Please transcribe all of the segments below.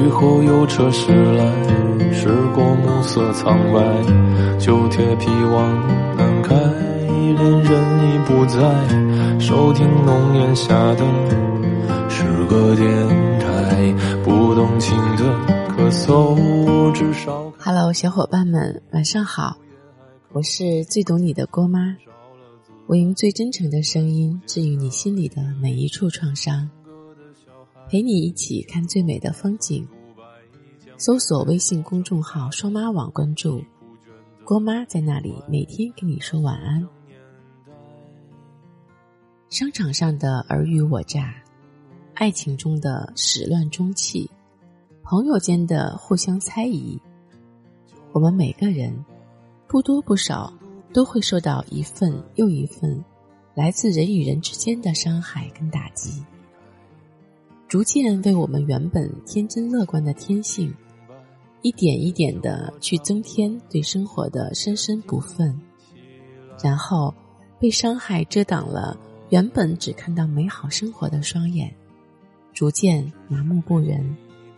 后有车驶来，驶过暮色苍白，旧铁皮往南开，恋人已不在，收听浓烟下的是个电台，不动情的咳嗽，至少 Hello 小伙伴们晚上好，我是最懂你的郭妈，我用最真诚的声音治愈你心里的每一处创伤，陪你一起看最美的风景。搜索微信公众号双妈网，关注郭妈，在那里每天跟你说晚安。商场上的尔虞我诈，爱情中的始乱终弃，朋友间的互相猜疑，我们每个人不多不少都会受到一份又一份来自人与人之间的伤害跟打击，逐渐为我们原本天真乐观的天性一点一点地去增添对生活的深深不忿，然后被伤害遮挡了原本只看到美好生活的双眼，逐渐麻木不仁。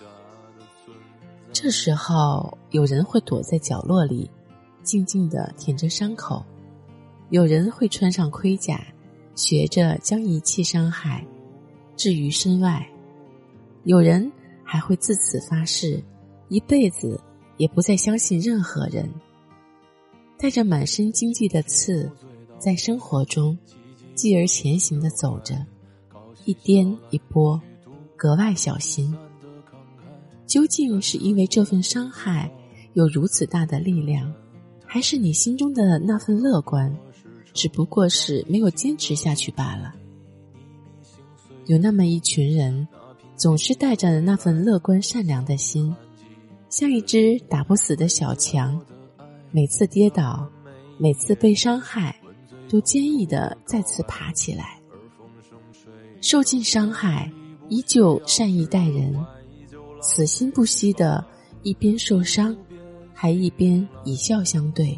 这时候有人会躲在角落里静静地舔着伤口，有人会穿上盔甲学着将一切伤害置于身外，有人还会自此发誓一辈子也不再相信任何人，带着满身荆棘的刺，在生活中继而前行地走着，一颠一拨，格外小心。究竟是因为这份伤害有如此大的力量，还是你心中的那份乐观只不过是没有坚持下去罢了？有那么一群人总是带着那份乐观善良的心，像一只打不死的小强，每次跌倒，每次被伤害，都坚毅地再次爬起来，受尽伤害依旧善意待人，死心不息地一边受伤还一边以笑相对。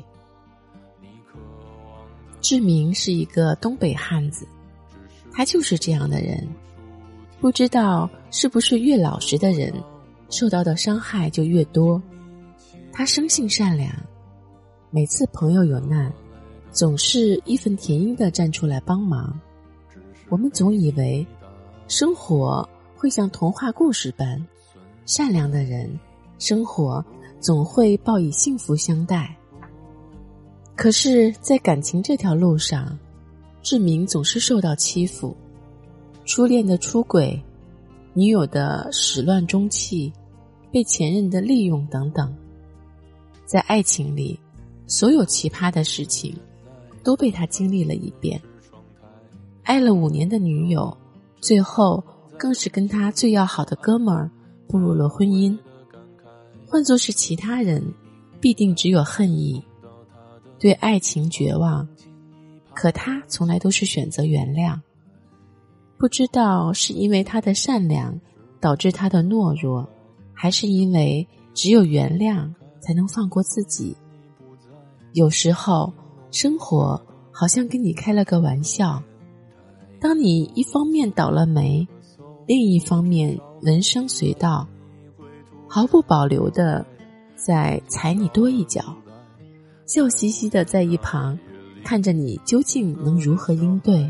志明是一个东北汉子，他就是这样的人，不知道是不是越老实的人受到的伤害就越多。他生性善良，每次朋友有难总是义愤填膺地站出来帮忙。我们总以为生活会像童话故事般，善良的人生活总会报以幸福相待。可是在感情这条路上，志明总是受到欺负，初恋的出轨，女友的始乱终弃，被前任的利用等等。在爱情里，所有奇葩的事情都被他经历了一遍。爱了5年的女友，最后更是跟他最要好的哥们儿步入了婚姻。换作是其他人，必定只有恨意，对爱情绝望，可他从来都是选择原谅。不知道是因为他的善良导致他的懦弱，还是因为只有原谅才能放过自己。有时候生活好像跟你开了个玩笑，当你一方面倒了霉，另一方面闻声随到，毫不保留地再踩你多一脚，笑嘻嘻地在一旁看着你究竟能如何应对。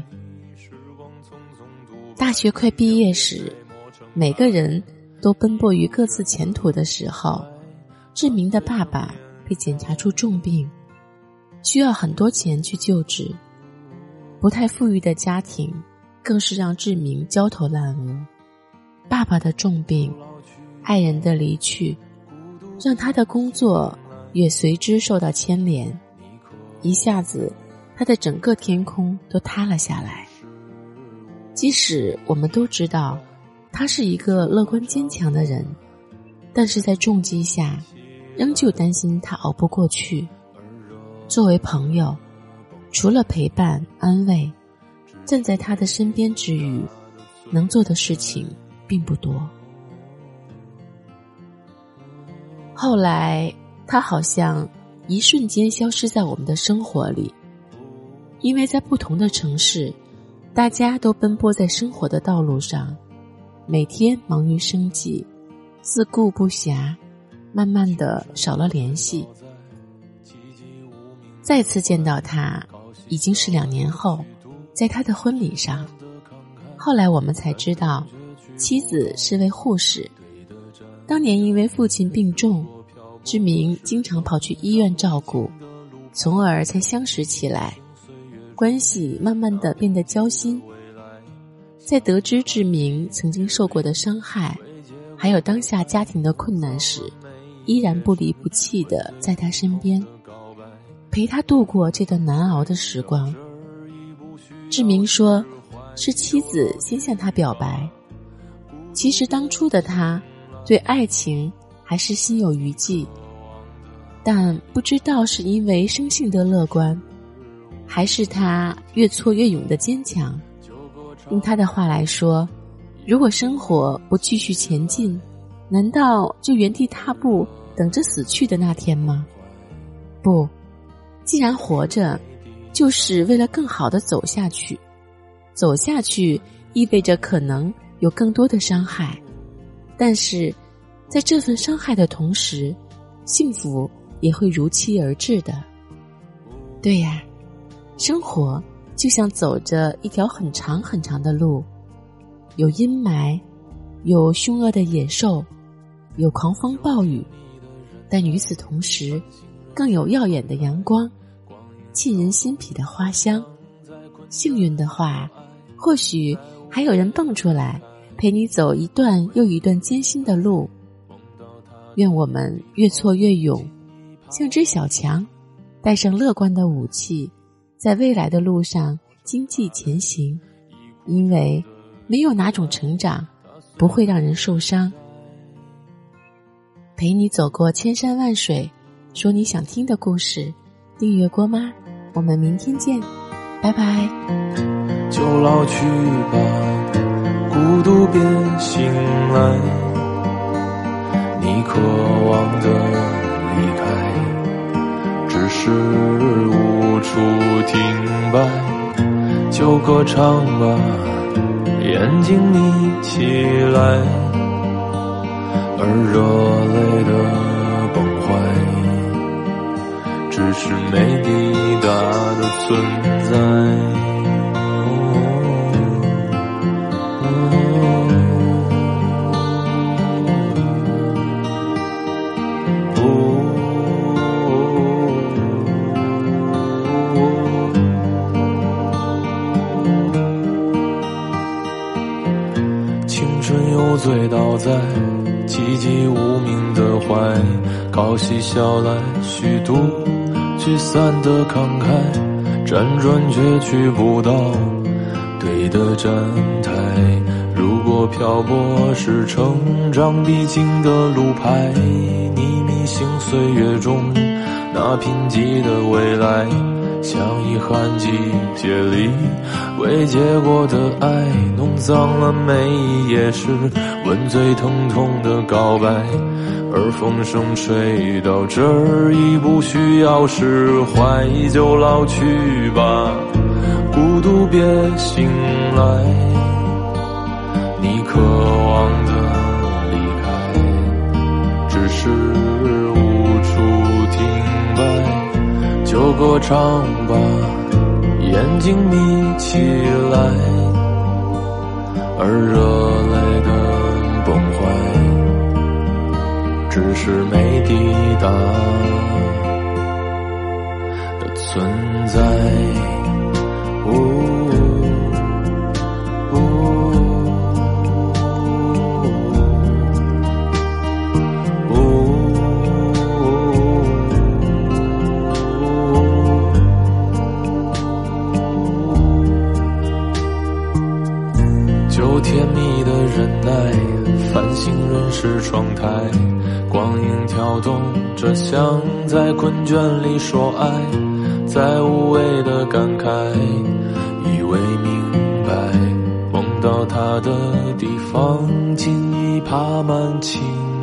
大学快毕业时，每个人都奔波于各自前途的时候，志明的爸爸被检查出重病，需要很多钱去救治。不太富裕的家庭更是让志明焦头烂额。爸爸的重病，爱人的离去，让他的工作也随之受到牵连，一下子他的整个天空都塌了下来。即使我们都知道他是一个乐观坚强的人，但是在重击下仍旧担心他熬不过去。作为朋友，除了陪伴安慰，站在他的身边之余，能做的事情并不多。后来他好像一瞬间消失在我们的生活里，因为在不同的城市，大家都奔波在生活的道路上，每天忙于生计， 自顾不暇，慢慢的少了联系。再次见到他已经是2年后，在他的婚礼上。后来我们才知道，妻子是位护士，当年因为父亲病重，志明经常跑去医院照顾，从而才相识起来，关系慢慢的变得交心。在得知志明曾经受过的伤害，还有当下家庭的困难时，依然不离不弃的在他身边，陪他度过这段难熬的时光。志明说，是妻子先向他表白。其实当初的他对爱情还是心有余悸，但不知道是因为生性的乐观，还是他越挫越勇的坚强。用他的话来说，如果生活不继续前进，难道就原地踏步等着死去的那天吗？不，既然活着，就是为了更好的走下去。走下去意味着可能有更多的伤害，但是在这份伤害的同时，幸福也会如期而至的。对呀，生活就像走着一条很长很长的路，有阴霾，有凶恶的野兽，有狂风暴雨，但与此同时更有耀眼的阳光，沁人心脾的花香。幸运的话，或许还有人蹦出来陪你走一段又一段艰辛的路。愿我们越挫越勇，像只小强，带上乐观的武器，在未来的路上经济前行。因为没有哪种成长不会让人受伤。陪你走过千山万水，说你想听的故事。订阅郭妈，我们明天见，拜拜。 就老去吧，孤独别醒来，你渴望的离开，只是无处停摆。就歌唱吧，眼睛眯起来，而热泪的崩坏，只是没抵达的存在。醉倒在寂寂无名的怀，高息笑来虚度聚散的慷慨，辗转却去不到对的站台。如果漂泊是成长必经的路牌，你迷信岁月中那贫瘠的未来，像遗憾季节里未结果的爱，弄脏了每一页是吻最疼痛的告白。而风声吹到这儿已不需要释怀，就老去吧，孤独别醒来，你渴望的离开，只是无处停摆。就歌唱吧，眼睛眯起来，而热泪的崩坏，只是没抵达的存在。就甜蜜的忍耐，繁星润湿窗台，光影跳动着像在困倦里说爱，在无谓的感慨，以为明白，梦到他的地方竟已爬满青